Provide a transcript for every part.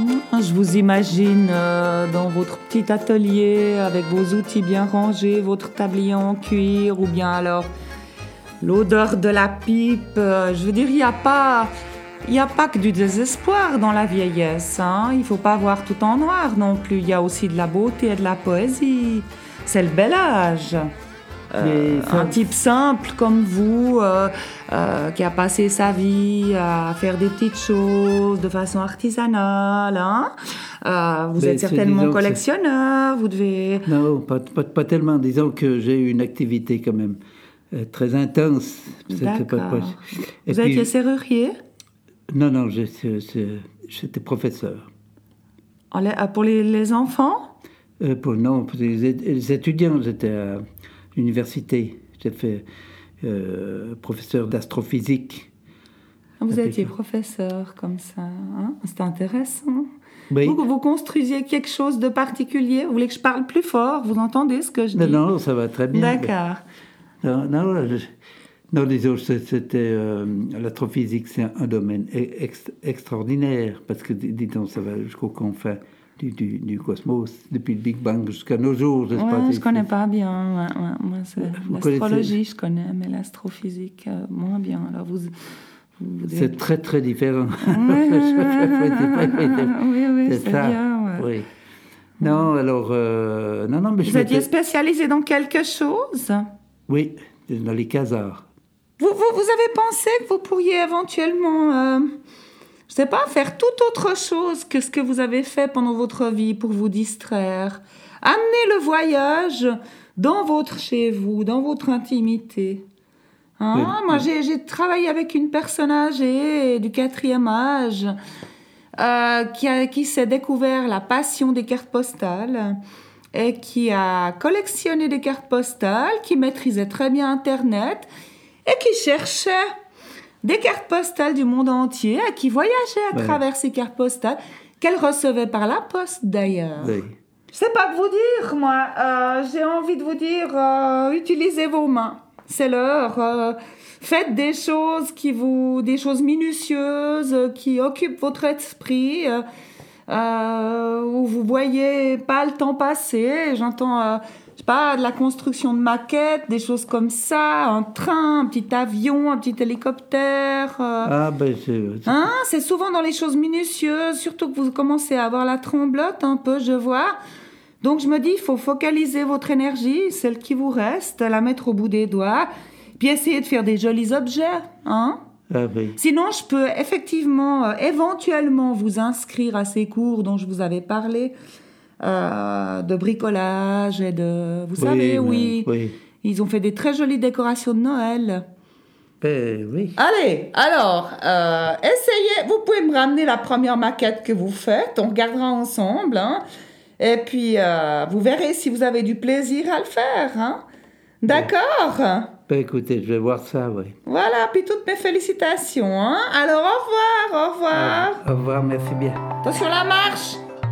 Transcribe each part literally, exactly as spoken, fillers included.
Je vous imagine euh, dans votre petit atelier avec vos outils bien rangés, votre tablier en cuir ou bien alors l'odeur de la pipe. Euh, je veux dire, il n'y a pas, il n'y a pas que du désespoir dans la vieillesse. Hein. Il ne faut pas voir tout en noir non plus. Il y a aussi de la beauté et de la poésie. C'est le bel âge. Euh, ça... Un type simple comme vous, euh, euh, qui a passé sa vie à faire des petites choses de façon artisanale. Hein euh, vous Mais êtes certainement collectionneur, vous devez... Non, pas, pas, pas tellement. Disons que j'ai eu une activité quand même euh, très intense. D'accord. Pas, pas... Vous puis... étiez serrurier? Non, non, je, je, je, j'étais professeur. Pour les, les enfants? euh, pour, Non, pour les, les étudiants, j'étais à l'université. J'ai fait euh, professeur d'astrophysique. Vous étiez professeur comme ça, hein? C'était intéressant. Oui. Vous, vous construisiez quelque chose de particulier? Vous voulez que je parle plus fort? Vous entendez ce que je dis? Non, non, ça va très bien. D'accord. Non, non, je, non disons, c'était euh, l'astrophysique, c'est un domaine ex, extraordinaire parce que, disons, ça va jusqu'au confin du, du, du cosmos, depuis le Big Bang jusqu'à nos jours. Ouais, pas, je ne connais pas bien. Ouais, ouais. Moi, c'est l'astrologie, je connais, mais l'astrophysique, euh, moins bien. Alors, vous... C'est êtes... très, très différent. Oui, oui, oui, c'est, c'est bien. Ouais. Oui. Non, alors... Euh, non, non, mais vous je étiez spécialisé dans quelque chose? Oui, dans les quasars. Vous, vous, vous avez pensé que vous pourriez éventuellement, euh, je ne sais pas, faire toute autre chose que ce que vous avez fait pendant votre vie pour vous distraire? Amener le voyage dans votre chez vous, dans votre intimité. Hein? Oui. Moi, j'ai, j'ai travaillé avec une personne âgée du quatrième âge euh, qui, a, qui s'est découvert la passion des cartes postales et qui a collectionné des cartes postales, qui maîtrisait très bien Internet et qui cherchait des cartes postales du monde entier et qui voyageait à oui. travers ces cartes postales qu'elle recevait par la poste d'ailleurs. Oui. Je sais pas que vous dire, moi. Euh, j'ai envie de vous dire, euh, utilisez vos mains. C'est l'heure. Euh, faites des choses qui vous, des choses minutieuses euh, qui occupent votre esprit, euh, euh, où vous voyez pas le temps passer. J'entends, euh, je sais pas, de la construction de maquettes, des choses comme ça, un train, un petit avion, un petit hélicoptère. Euh, ah ben c'est. c'est... Hein, c'est souvent dans les choses minutieuses, surtout que vous commencez à avoir la tremblote un peu, je vois. Donc, je me dis, il faut focaliser votre énergie, celle qui vous reste, la mettre au bout des doigts, puis essayer de faire des jolis objets, hein? Ah oui. Sinon, je peux effectivement, euh, éventuellement, vous inscrire à ces cours dont je vous avais parlé, euh, de bricolage et de... Vous oui, savez, mais, oui, oui. Ils ont fait des très jolies décorations de Noël. Ben oui. Allez, alors, euh, essayez, vous pouvez me ramener la première maquette que vous faites, on regardera ensemble, hein? Et puis, euh, vous verrez si vous avez du plaisir à le faire. Hein? D'accord? Ben écoutez, je vais voir ça, oui. Voilà, puis toutes mes félicitations. Hein? Alors, au revoir, au revoir. Au revoir, merci bien. Attention la marche.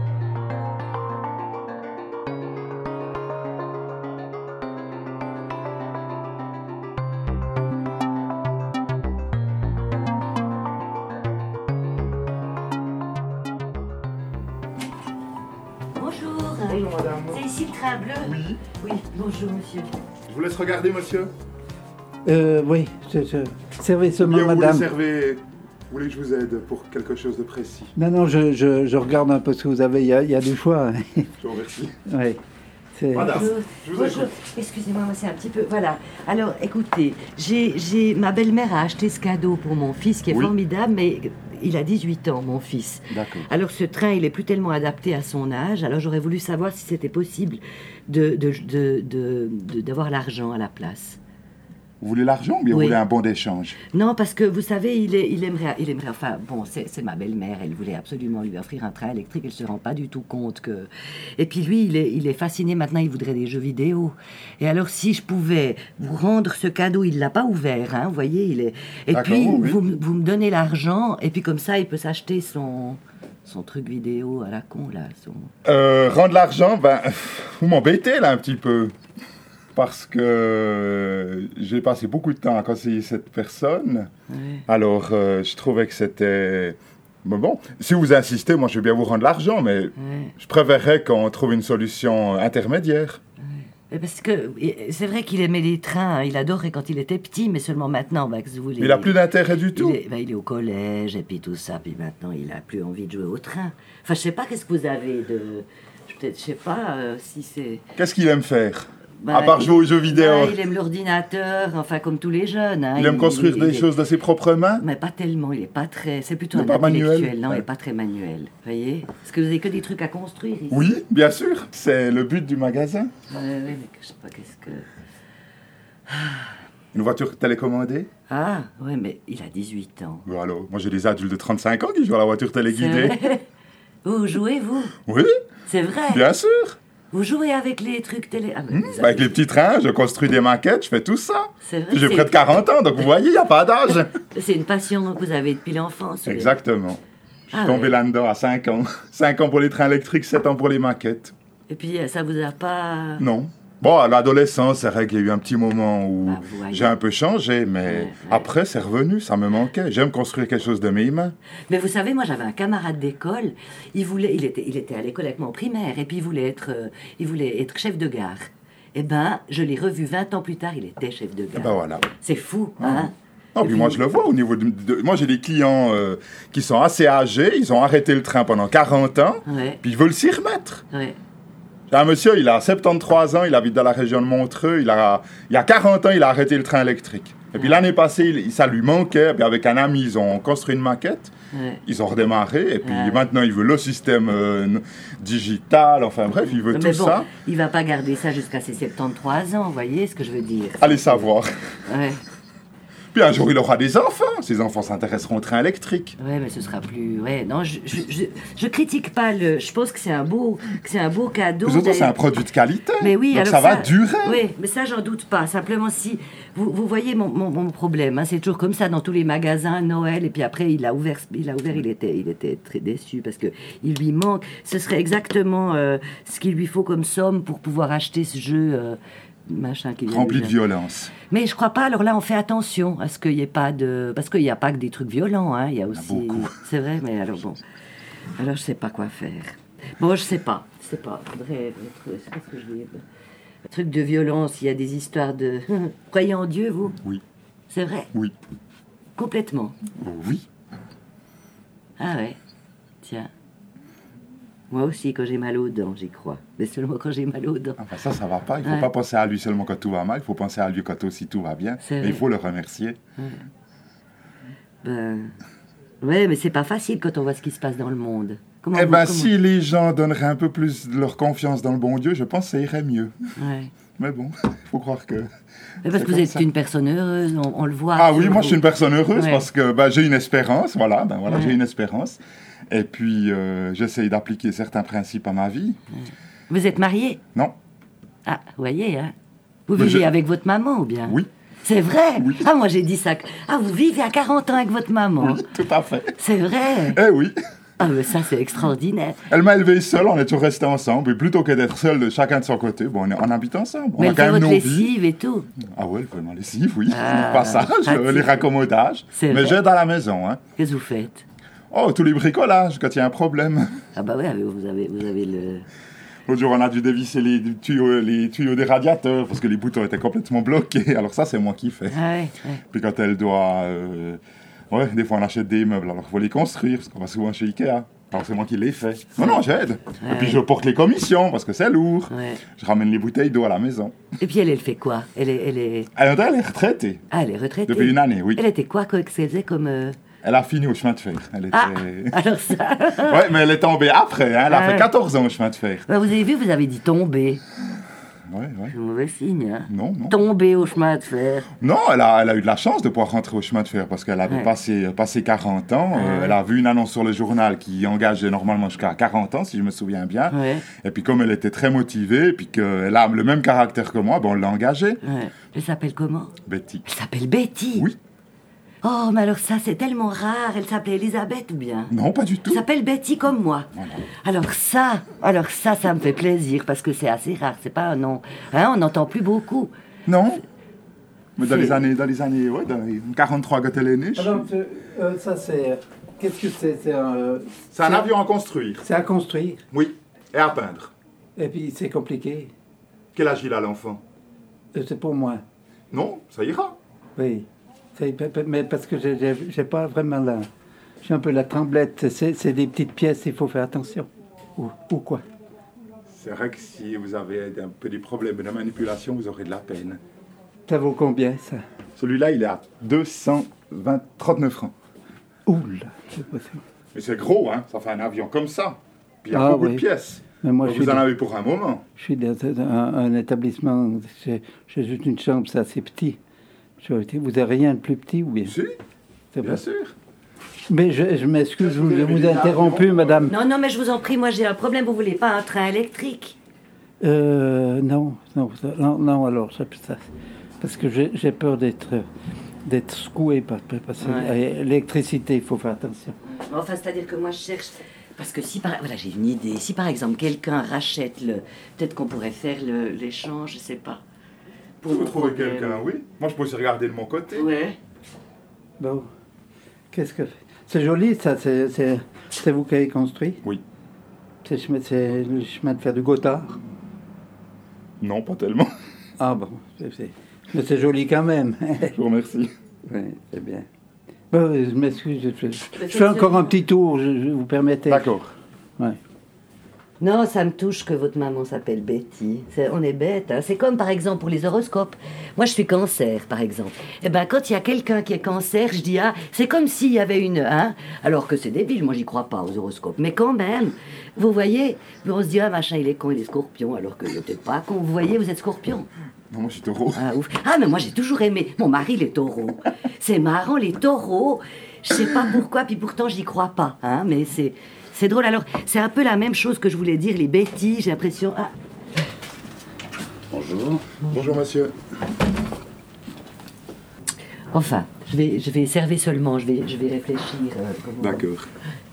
Bonjour madame. C'est ici le train bleu? Oui. Oui, bonjour monsieur. Je vous laisse regarder monsieur. Euh, oui, je, je... servez seulement Bien, madame. Vous servez... Vous voulez que je vous aide pour quelque chose de précis? Non, non, je, je, je regarde un peu ce que vous avez, il y a, il y a du choix. Je vous remercie. Oui. C'est... Madame, bonjour. je vous bonjour. Excusez-moi, moi c'est un petit peu... Voilà. Alors, écoutez, j'ai, j'ai... ma belle-mère a acheté ce cadeau pour mon fils qui est oui. formidable, mais... Il a dix-huit ans, mon fils. D'accord. Alors, ce train, il est plus tellement adapté à son âge. Alors, j'aurais voulu savoir si c'était possible de, de, de, de, de, d'avoir l'argent à la place. Vous voulez l'argent ou bien oui. vous voulez un bon d'échange? Non, parce que, vous savez, il, est, il, aimerait, il aimerait... Enfin, bon, c'est, c'est ma belle-mère. Elle voulait absolument lui offrir un train électrique. Elle ne se rend pas du tout compte que... Et puis, lui, il est, il est fasciné. Maintenant, il voudrait des jeux vidéo. Et alors, si je pouvais vous rendre ce cadeau, il ne l'a pas ouvert, hein, vous voyez, il est... Et D'accord, puis, oui. vous, vous me donnez l'argent, et puis comme ça, il peut s'acheter son... son truc vidéo à la con, là. Son... Euh, rendre l'argent, ben... Vous m'embêtez, là, un petit peu. Parce que j'ai passé beaucoup de temps à conseiller cette personne. Ouais. Alors, euh, je trouvais que c'était Mais bon, si vous insistez, moi je vais bien vous rendre l'argent, mais Ouais. je préférerais qu'on trouve une solution intermédiaire. Et Parce que et c'est vrai qu'il aimait les trains, hein. Il adorait quand il était petit, mais seulement maintenant, bah, que vous voulez. Il n'a plus d'intérêt du tout. Il est, bah, il est au collège et puis tout ça, puis maintenant il a plus envie de jouer au train. Enfin, je sais pas qu'est-ce que vous avez de. Peut-être, je sais pas euh, si c'est. Qu'est-ce qu'il aime faire? Bah, À part il- jouer aux jeux vidéo. bah, il aime l'ordinateur, enfin comme tous les jeunes. Hein. Il aime construire il- des il- choses de ses propres mains. Mais pas tellement, il est pas très. C'est plutôt Il un est pas intellectuel, manuel. non, il Ouais. est pas très manuel. Vous voyez? Parce que vous avez que des trucs à construire ici. Oui, bien sûr. C'est le but du magasin. Ouais, ouais, mais je sais pas qu'est-ce que. Une voiture télécommandée. Ah, ouais, mais il a dix-huit ans. Bon, alors, moi j'ai des adultes de trente-cinq ans qui jouent à la voiture téléguidée. C'est vrai. Vous jouez, vous? Oui, C'est vrai. bien sûr. Vous jouez avec les trucs télé. Ah, mais vous Avec avez- les petits trains, je construis des maquettes, je fais tout ça. C'est vrai. Puis J'ai c'est- près de quarante ans, donc vous voyez, il n'y a pas d'âge. C'est une passion que vous avez depuis l'enfance. ou bien? Exactement. Je suis Ah, tombé ouais. là-dedans à cinq ans. cinq ans pour les trains électriques, sept ans pour les maquettes. Et puis, euh, ça vous a pas. Non. Bon, à l'adolescence, c'est vrai qu'il y a eu un petit moment où Ah, vous voyez. j'ai un peu changé, mais Ouais, ouais. après, c'est revenu, ça me manquait. J'aime construire quelque chose de mes mains. Mais vous savez, moi, j'avais un camarade d'école. Il voulait, il était, il était à l'école avec moi en primaire, et puis il voulait être, euh, il voulait être chef de gare. Eh ben, je l'ai revu vingt ans plus tard, il était chef de gare. Ben voilà. C'est fou, hein? Non, Et puis moi, je le vois au niveau de... de- moi, j'ai des clients euh, qui sont assez âgés, ils ont arrêté le train pendant quarante ans, Ouais, puis ils veulent s'y remettre. ouais. J'ai un monsieur, il a soixante-treize ans, il habite dans la région de Montreux, il a, il y a quarante ans, il a arrêté le train électrique. Et puis l'année passée, il- ça lui manquait, puis avec un ami, ils ont construit une maquette, Ouais. ils ont redémarré, et puis Ouais. maintenant, il veut le système euh, n- digital, enfin bref, il veut Mais tout bon, ça. il va pas garder ça jusqu'à ses soixante-treize ans, vous voyez ce que je veux dire? Allez savoir. Ouais, Puis un jour, il aura des enfants, ses enfants s'intéresseront au train électrique. ouais, mais ce sera plus. Ouais, non, je, je, je, je critique pas le. Je pense que c'est un beau, que c'est un beau cadeau. Surtout, c'est d'ailleurs. un produit de qualité, Mais oui, donc alors ça, va durer. Oui, mais ça, j'en doute pas. Simplement, si vous, vous voyez mon, mon, mon problème, hein, c'est toujours comme ça dans tous les magasins Noël. Et puis après, il a ouvert, il a ouvert, il était, il était très déçu parce que il lui manque. Ce serait exactement euh, ce qu'il lui faut comme somme pour pouvoir acheter ce jeu. Euh, machin qui vient Rempli de de dire. violence. Mais je crois pas. Alors là, on fait attention à ce qu'il n'y ait pas de, parce qu'il n'y a pas que des trucs violents. Hein, il y a aussi. beaucoup. C'est vrai, mais alors bon. Alors je sais pas quoi faire. Bon, je sais pas. Je sais pas. Faudrait. Qu'est-ce que je dis? Truc de violence. Il y a des histoires de. Croyez en Dieu, vous? Oui, C'est vrai. oui, Complètement. oui. Ah ouais. Tiens. Moi aussi, quand j'ai mal aux dents, j'y crois. Mais seulement quand j'ai mal aux dents. Enfin, ça, ça va pas. Il faut Ouais. pas penser à lui seulement quand tout va mal. Il faut penser à lui quand aussi tout va bien. C'est Et vrai. il faut le remercier. Ben. Ouais, mais c'est pas facile quand on voit ce qui se passe dans le monde. Comment Eh vous- ben, comment- si les gens donneraient un peu plus de leur confiance dans le bon Dieu, je pense que ça irait mieux. Ouais. Mais bon, il faut croire que... Mais parce C'est que vous comme êtes ça. une personne heureuse, on, on le voit. Ah oui, sur moi, vous. je suis une personne heureuse Ouais. parce que ben, j'ai une espérance. Voilà, ben, voilà Ouais. j'ai une espérance. Et puis, euh, j'essaye d'appliquer certains principes à ma vie. Vous êtes marié? Non, Ah, vous voyez, hein? Vous Mais vivez je- avec votre maman ou bien? oui, C'est vrai? Oui. Ah, moi j'ai dit ça. Ah, vous vivez à quarante ans avec votre maman? oui, tout à fait. C'est vrai? Eh oui, Ah, mais ça c'est extraordinaire. elle m'a élevé seule, on est toujours restés ensemble. Et plutôt que d'être seul de chacun de son côté, bon, on, est- on habite ensemble. On Mais a elle quand fait même votre nos vies. lessive et tout. Ah ouais, elle fait ma lessive, oui. Ah, Le passage, pratique. les raccommodages. C'est Mais vrai. j'aide à la maison, hein. Qu'est-ce que vous faites? Oh, tous les bricolages, quand il y a un problème. Ah bah oui, vous avez, vous avez le... L'autre jour, on a dû dévisser les tuyaux, les tuyaux des radiateurs parce que les boutons étaient complètement bloqués. Alors ça, c'est moi qui fais. Ah ouais, ouais. Puis quand elle doit... euh, Ouais, des fois, on achète des meubles, alors il faut les construire, parce qu'on va souvent chez Ikea. Alors c'est moi qui les fais. Non, non, j'aide. Et puis je porte les commissions, parce que c'est lourd. Ouais. Je ramène les bouteilles d'eau à la maison. Et puis elle, elle fait quoi? Elle est, elle est... Elle, elle est retraitée. Ah, elle est retraitée. Depuis une année, oui. Elle était quoi? Qu'est-ce qu'elle faisait comme... euh, Elle a fini au chemin de fer. Elle était... Ah, alors ça... Ouais, mais elle est tombée après. Hein. Elle a Ah fait ouais. quatorze ans au chemin de fer. Bah, vous avez vu, vous avez dit tomber. Ouais, ouais. C'est un mauvais signe, hein? Non, non. Tomber au chemin de fer. Non, elle a, elle a eu de la chance de pouvoir rentrer au chemin de fer parce qu'elle avait Ouais. passé, passé quarante ans. Euh, Ouais. Elle a vu une annonce sur le journal qui engageait normalement jusqu'à quarante ans, si je me souviens bien. Ouais, Et puis comme elle était très motivée, et puis qu'elle a le même caractère que moi, ben on l'a engagée. ouais. Elle s'appelle comment? Betty. Elle s'appelle Betty. Oui. Oh, mais alors ça, c'est tellement rare. Elle s'appelait Elisabeth ou bien? Non, pas du tout. Elle s'appelle Betty comme moi. Voilà. Alors ça, alors ça, ça me fait plaisir parce que c'est assez rare. C'est pas un nom. Hein, on n'entend plus beaucoup. Non. Mais dans C'est- les années, dans les années, ouais, dans les quarante-trois quand elle est née. je- Alors, je- euh, ça c'est Qu'est-ce que c'est? C'est un, C'est un avion à construire. C'est à construire. Oui, et à peindre. Et puis c'est compliqué. Quel âge il a l'enfant? Euh, C'est pour moi. Non, ça ira. Oui. C'est- Mais parce que j'ai- j'ai j'ai pas vraiment la... J'ai un peu la tremblette. C'est c'est des petites pièces, il faut faire attention. Ou, ou quoi? C'est vrai que si vous avez un peu des problèmes de manipulation, vous aurez de la peine. Ça vaut combien, ça? Celui-là, il est à deux cent trente-neuf francs. Oula, c'est pas ça. Mais c'est gros, hein. Ça fait un avion comme ça. Puis il y a Ah, beaucoup oui. de pièces. Mais moi, Donc je vous suis, en dans, avez pour un moment. je suis dans un, un établissement, j'ai j'ai juste une chambre, c'est assez petit. Je- Vous n'avez rien de plus petit ou bien? Si, C'est bien pas- sûr. Mais je, je m'excuse, je Vous vous avez ai vous des interrompu, avions, madame. Non, non, mais je vous en prie, moi j'ai un problème, vous voulez pas un train électrique? Euh, non, non, ça- non, non, alors, ça, ça- parce que j'ai j'ai peur d'être d'être secoué par, parce que Ouais. l'électricité, il faut faire attention. Enfin, c'est-à-dire que moi je cherche... Parce que si, par... voilà, j'ai une idée. Si par exemple quelqu'un rachète le... Peut-être qu'on pourrait faire le- l'échange, je sais pas. Pour Si vous mon trouvez problème. quelqu'un, oui. Moi, je peux aussi regarder de mon côté. Ouais. Bon, qu'est-ce que... C'est joli, ça, c'est c'est- c'est vous qui avez construit? Oui. C'est chemin- c'est le chemin de fer du Gothard? Non, pas tellement. Ah bon, c'est- c'est- mais c'est joli quand même. Je vous remercie. Oui, c'est bien. Bon, je m'excuse, je, fais- je Mais fais c'est encore sûr. un petit tour, je, je vous permettez? D'accord. Ouais. Non, ça me touche que votre maman s'appelle Betty. C'est- on est bête, hein. C'est comme par exemple pour les horoscopes. Moi, je suis cancer, par exemple. Eh ben, quand il y a quelqu'un qui est cancer, je dis, ah, c'est comme s'il y avait une, hein. Alors que c'est débile, moi, j'y crois pas aux horoscopes. Mais quand même, vous voyez, on se dit, ah, machin, il est con, il est scorpion, alors que il est peut-être pas con. Vous voyez, vous êtes scorpion. Non, moi, je suis taureau. Ah, ouf. Ah, mais moi, j'ai toujours aimé. Mon mari, les taureaux. C'est marrant, les taureaux. Je sais pas pourquoi, puis pourtant, j'y crois pas, hein. Mais c'est. C'est drôle. Alors, c'est un peu la même chose que je voulais dire, les bêtises, j'ai l'impression... Ah, Bonjour. Bonjour, monsieur. enfin, je vais, je vais servir seulement, je vais, je vais réfléchir. euh, comment- D'accord.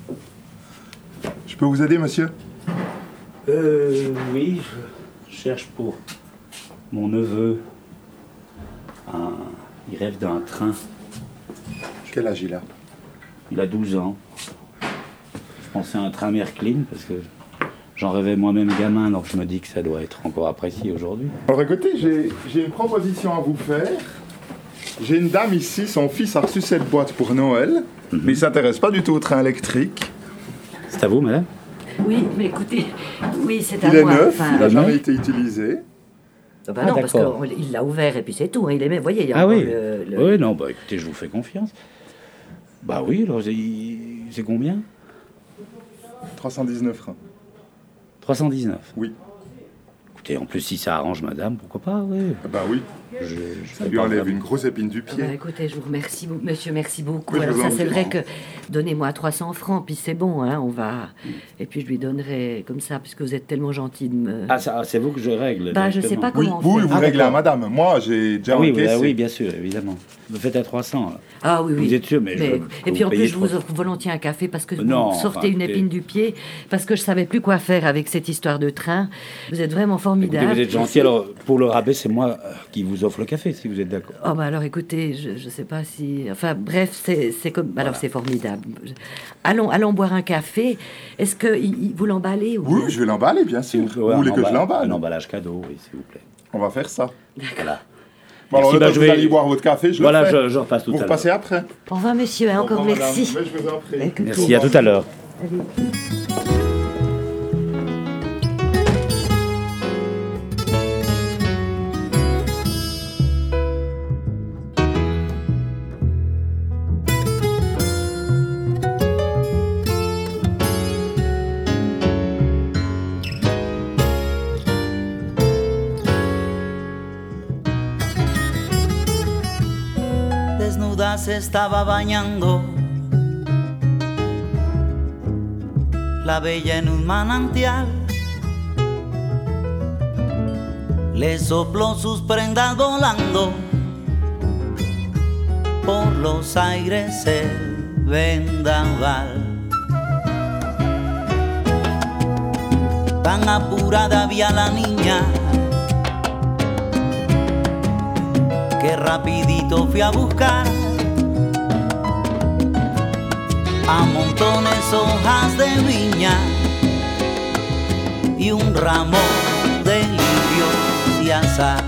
Je peux vous aider, monsieur? Euh, oui, je cherche pour mon neveu. Un... Il rêve d'un train. Quel âge il a? Il a douze ans. Je pensais à un train Märklin parce que j'en rêvais moi-même gamin, donc je me dis que ça doit être encore apprécié aujourd'hui. Alors écoutez, j'ai j'ai une proposition à vous faire. J'ai une dame ici, son fils a reçu cette boîte pour Noël, mais il s'intéresse pas du tout au train électrique. C'est à vous, madame? Oui, mais écoutez, oui, c'est à Il est moi. neuf, enfin. il n'a Il est jamais neuf été utilisé. Ah bah Ah, non, parce d'accord. qu'il l'a ouvert et puis c'est tout. Hein, il aimait, vous voyez, il y a Ah encore oui. le... le- Oui, non, bah écoutez, je vous fais confiance. Bah oui, alors c'est c'est combien? trois cent dix-neuf francs. trois cent dix-neuf. Oui. Écoutez, en plus, si ça arrange madame, pourquoi pas, oui. Ah bah oui, Je, je ça fais lui pas enlève vraiment- une grosse épine du Ah bah, pied. écoutez, je vous remercie, beau- monsieur, merci beaucoup. Oui, je Alors vous ça, en c'est prie. vrai que donnez-moi trois cents francs, puis c'est bon, hein, on va... Et puis je lui donnerai comme ça, puisque vous êtes tellement gentil de me... Ah, ça, c'est vous que je règle. Bah, je sais directement. pas Oui, comment on vous, fait. vous Ah, réglez à d'accord. madame. Moi, j'ai déjà Ah oui, encaissé. bah oui, bien sûr, évidemment. Vous faites à trois cents. là. Ah oui, oui. Vous êtes sûr, mais je- je Et peux puis en vous plus, payer je vous trois- offre volontiers un café parce que Non, vous sortez enfin, une écoutez. épine du pied, parce que je savais plus quoi faire avec cette histoire de train. Vous êtes vraiment Écoutez, formidable. vous êtes gentil, alors pour le rabais, c'est moi euh, qui vous offre le café, si vous êtes d'accord. Oh bah alors écoutez, je, je sais pas si... Enfin bref, c'est c'est comme... Alors c'est formidable. Allons, allons boire un café. Est-ce que il- il- vous l'emballez ou Oui, bien je vais l'emballer, bien sûr. plaît, Vous ouais, voulez un que je emballage- l'emballe? Un emballage cadeau, oui, s'il vous plaît. On va faire ça. Voilà. Bon, alors, Merci, le bah, temps que je vous vais- allez boire votre café, je Voilà, le fais. je, je repasse tout Vous à l'heure. repassez après. Au revoir monsieur, hein, encore Au revoir, merci. madame. Mais je vous en prie. Écoutez. Merci, à tout à l'heure. Desnuda se estaba bañando la bella en un manantial. Le sopló sus prendas volando por los aires el vendaval. Tan apurada había la niña que rapidito fui a buscar a montones hojas de viña y un ramo de lirios y azar,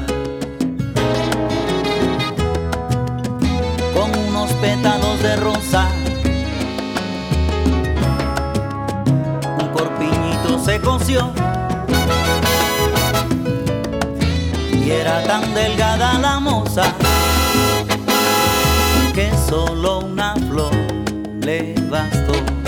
con unos pétalos de rosa, un corpiñito se cosió y era tan delgada la moza que solo una flor le bastó.